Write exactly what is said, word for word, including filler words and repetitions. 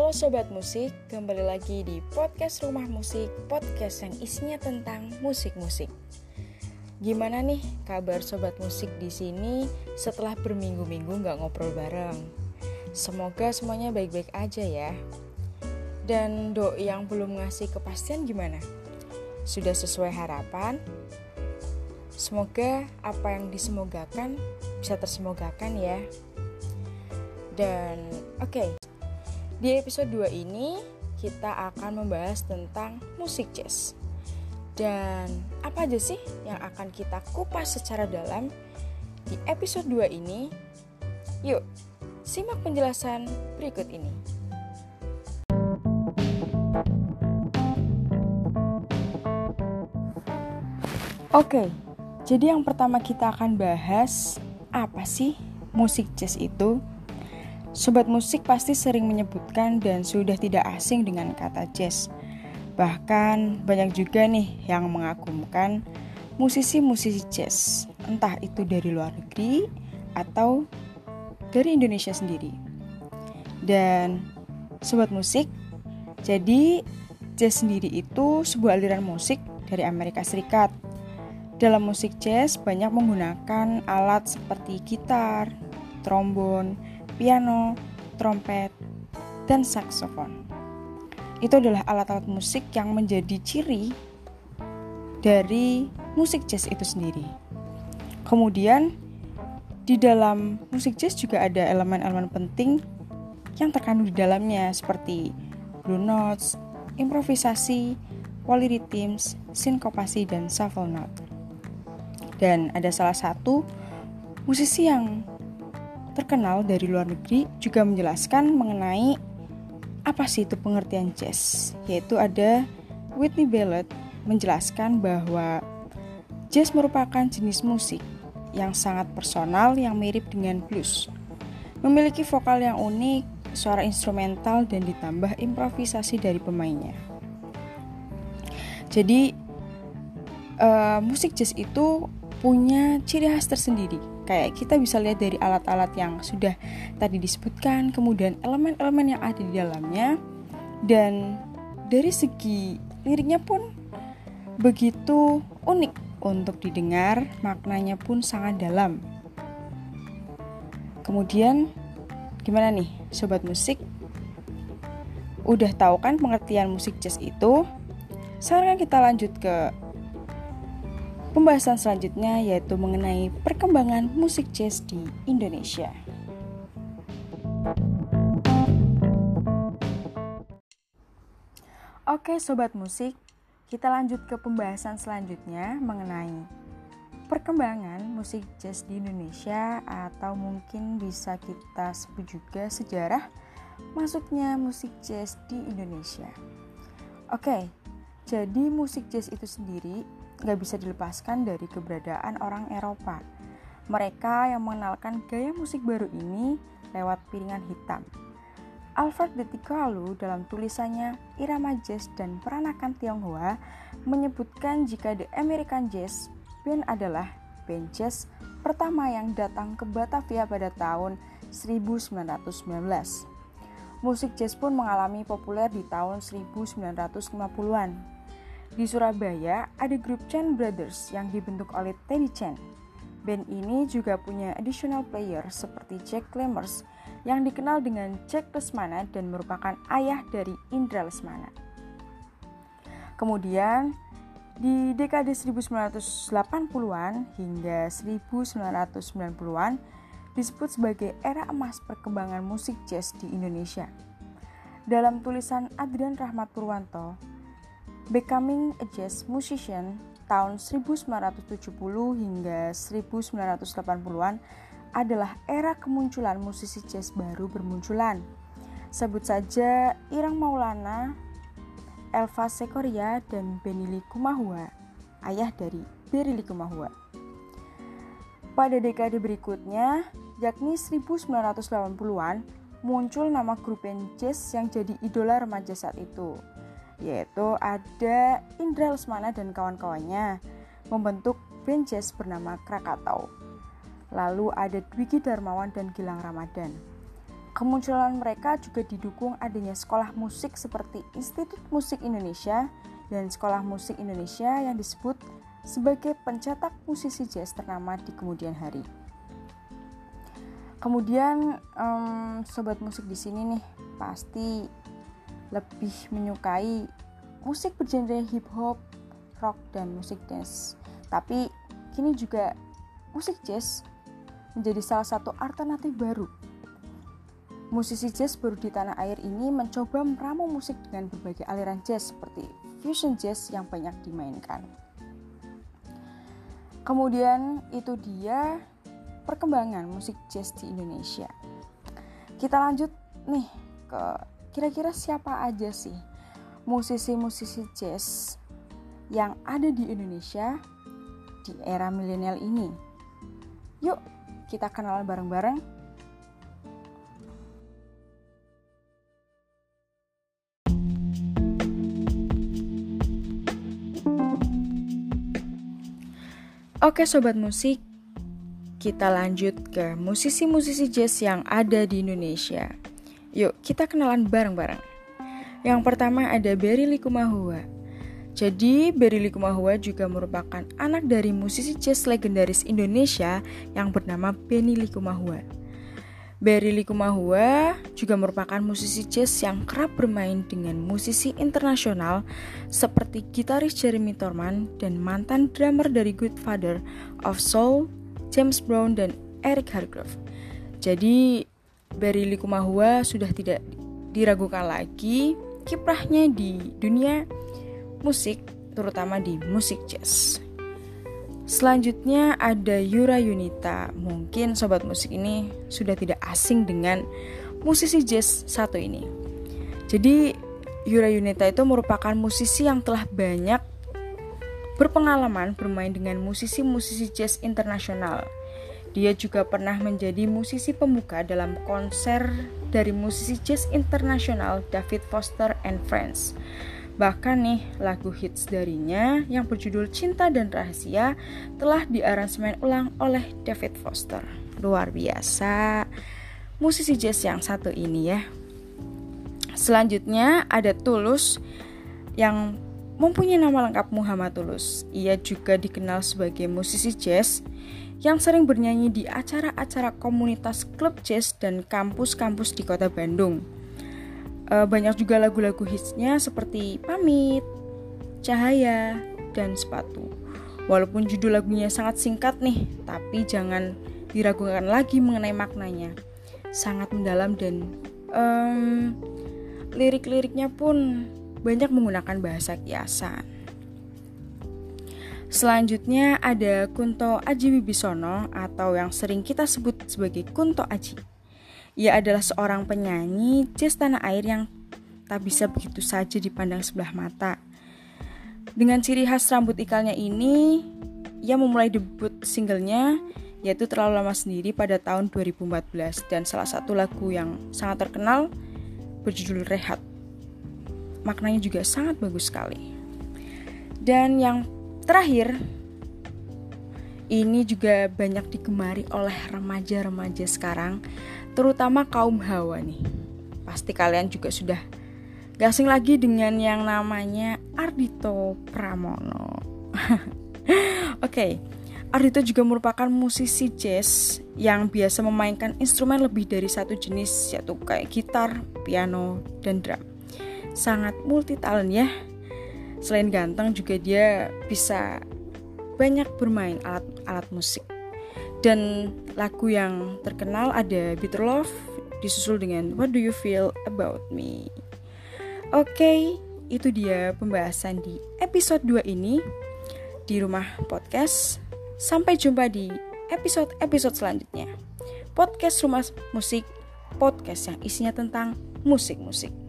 Halo Sobat Musik, kembali lagi di podcast Rumah Musik, podcast yang isinya tentang musik-musik. Gimana nih kabar Sobat Musik di sini setelah berminggu-minggu gak ngobrol bareng? Semoga semuanya baik-baik aja ya. Dan doi yang belum ngasih kepastian gimana? Sudah sesuai harapan? Semoga apa yang disemogakan bisa tersemogakan ya. Dan oke, okay, di episode dua ini kita akan membahas tentang musik jazz. Dan apa aja sih yang akan kita kupas secara dalam di episode dua ini? Yuk, simak penjelasan berikut ini. Oke, jadi yang pertama kita akan bahas apa sih musik jazz itu? Sobat musik pasti sering menyebutkan dan sudah tidak asing dengan kata jazz. Bahkan banyak juga nih yang mengagumkan musisi-musisi jazz, entah itu dari luar negeri atau dari Indonesia sendiri. Dan sobat musik, jadi jazz sendiri itu sebuah aliran musik dari Amerika Serikat. Dalam musik jazz banyak menggunakan alat seperti gitar, trombon, piano, trompet, dan saksofon. Itu adalah alat-alat musik yang menjadi ciri dari musik jazz itu sendiri. Kemudian, di dalam musik jazz juga ada elemen-elemen penting yang terkandung di dalamnya seperti blue notes, improvisasi, polyrhythms, sinkopasi, dan shuffle note. Dan ada salah satu musisi yang terkenal dari luar negeri juga menjelaskan mengenai apa sih itu pengertian jazz, yaitu ada Whitney Ballard menjelaskan bahwa jazz merupakan jenis musik yang sangat personal yang mirip dengan blues, memiliki vokal yang unik, suara instrumental dan ditambah improvisasi dari pemainnya. Jadi uh, musik jazz itu punya ciri khas tersendiri. Kayak kita bisa lihat dari alat-alat yang sudah tadi disebutkan, kemudian elemen-elemen yang ada di dalamnya, dan dari segi liriknya pun begitu unik untuk didengar, maknanya pun sangat dalam. Kemudian gimana nih sobat musik? Udah tahu kan pengertian musik jazz itu? Sekarang kita lanjut ke pembahasan selanjutnya, yaitu mengenai perkembangan musik jazz di Indonesia. Oke sobat musik, kita lanjut ke pembahasan selanjutnya mengenai perkembangan musik jazz di Indonesia, atau mungkin bisa kita sebut juga sejarah masuknya musik jazz di Indonesia. Oke, jadi musik jazz itu sendiri gak bisa dilepaskan dari keberadaan orang Eropa. Mereka yang mengenalkan gaya musik baru ini lewat piringan hitam. Alfred de Tocqueville dalam tulisannya Irama Jazz dan Peranakan Tionghoa menyebutkan jika The American Jazz Band adalah band jazz pertama yang datang ke Batavia pada tahun seribu sembilan ratus sembilan belas. Musik jazz pun mengalami populer di tahun seribu sembilan ratus lima puluhan. Di Surabaya ada grup Chan Brothers yang dibentuk oleh Teddy Chan. Band ini juga punya additional player seperti Jack Clemers yang dikenal dengan Jack Lesmana dan merupakan ayah dari Indra Lesmana. Kemudian di dekade seribu sembilan ratus delapan puluhan hingga seribu sembilan ratus sembilan puluhan disebut sebagai era emas perkembangan musik jazz di Indonesia. Dalam tulisan Adrian Rahmat Purwanto, Becoming a Jazz Musician tahun seribu sembilan ratus tujuh puluh hingga seribu sembilan ratus delapan puluhan adalah era kemunculan musisi jazz baru bermunculan. Sebut saja Ireng Maulana, Elva Sekoria, dan Benny Likumahua, ayah dari Berry Likumahua. Pada dekade berikutnya, yakni seribu sembilan ratus delapan puluhan, muncul nama grup band jazz yang jadi idola remaja saat itu, yaitu ada Indra Lesmana dan kawan-kawannya membentuk band jazz bernama Krakatau. Lalu ada Dwiki Darmawan dan Gilang Ramadan. Kemunculan mereka juga didukung adanya sekolah musik seperti Institut Musik Indonesia dan Sekolah Musik Indonesia yang disebut sebagai pencetak musisi jazz ternama di kemudian hari. Kemudian um, sobat musik di sini nih pasti lebih menyukai musik bergenre hip hop, rock dan musik dance. Tapi kini juga musik jazz menjadi salah satu alternatif baru. Musisi jazz baru di tanah air ini mencoba meramu musik dengan berbagai aliran jazz seperti fusion jazz yang banyak dimainkan. Kemudian itu dia perkembangan musik jazz di Indonesia. Kita lanjut nih ke kira-kira siapa aja sih musisi-musisi jazz yang ada di Indonesia di era milenial ini. Yuk kita kenalan bareng-bareng. Oke sobat musik, kita lanjut ke musisi-musisi jazz yang ada di Indonesia. Yuk kita kenalan bareng-bareng. Yang pertama ada Berry Likumahua. Jadi Berry Likumahua juga merupakan anak dari musisi jazz legendaris Indonesia yang bernama Benny Likumahua. Berry Likumahua juga merupakan musisi jazz yang kerap bermain dengan musisi internasional seperti gitaris Jeremy Thorman dan mantan drummer dari Good Father of Soul, James Brown dan Eric Hargrove. Jadi Berry Likumahua sudah tidak diragukan lagi kiprahnya di dunia musik, terutama di musik jazz. Selanjutnya ada Yura Yunita. Mungkin sobat musik ini sudah tidak asing dengan musisi jazz satu ini. Jadi Yura Yunita itu merupakan musisi yang telah banyak berpengalaman bermain dengan musisi-musisi jazz internasional. Dia juga pernah menjadi musisi pembuka dalam konser dari musisi jazz internasional David Foster and Friends. Bahkan nih, lagu hits darinya yang berjudul Cinta dan Rahasia telah diaransemen ulang oleh David Foster. Luar biasa musisi jazz yang satu ini ya. Selanjutnya ada Tulus yang mempunyai nama lengkap Muhammad Tulus. Ia juga dikenal sebagai musisi jazz yang sering bernyanyi di acara-acara komunitas klub jazz dan kampus-kampus di kota Bandung. Banyak juga lagu-lagu hitsnya seperti Pamit, Cahaya, dan Sepatu. Walaupun judul lagunya sangat singkat nih, tapi jangan diragukan lagi mengenai maknanya. Sangat mendalam dan um, lirik-liriknya pun banyak menggunakan bahasa kiasan. Selanjutnya ada Kunto Aji Wibisono atau yang sering kita sebut sebagai Kunto Aji. Ia adalah seorang penyanyi jazz tanah air yang tak bisa begitu saja dipandang sebelah mata. Dengan ciri khas rambut ikalnya ini, ia memulai debut singlenya yaitu Terlalu Lama Sendiri pada tahun dua ribu empat belas dan salah satu lagu yang sangat terkenal berjudul Rehat. Maknanya juga sangat bagus sekali. Dan yang terakhir, ini juga banyak digemari oleh remaja-remaja sekarang, terutama kaum hawa nih. Pasti kalian juga sudah gak asing lagi dengan yang namanya Ardhito Pramono. Oke, okay. Ardhito juga merupakan musisi jazz yang biasa memainkan instrumen lebih dari satu jenis, yaitu kayak gitar, piano, dan drum. Sangat multi talent ya. Selain ganteng juga dia bisa banyak bermain alat-alat musik. Dan lagu yang terkenal ada Bitter Love disusul dengan What Do You Feel About Me. Oke, okay, itu dia pembahasan di episode dua ini di Rumah Podcast. Sampai jumpa di episode-episode selanjutnya. Podcast Rumah Musik, podcast yang isinya tentang musik-musik.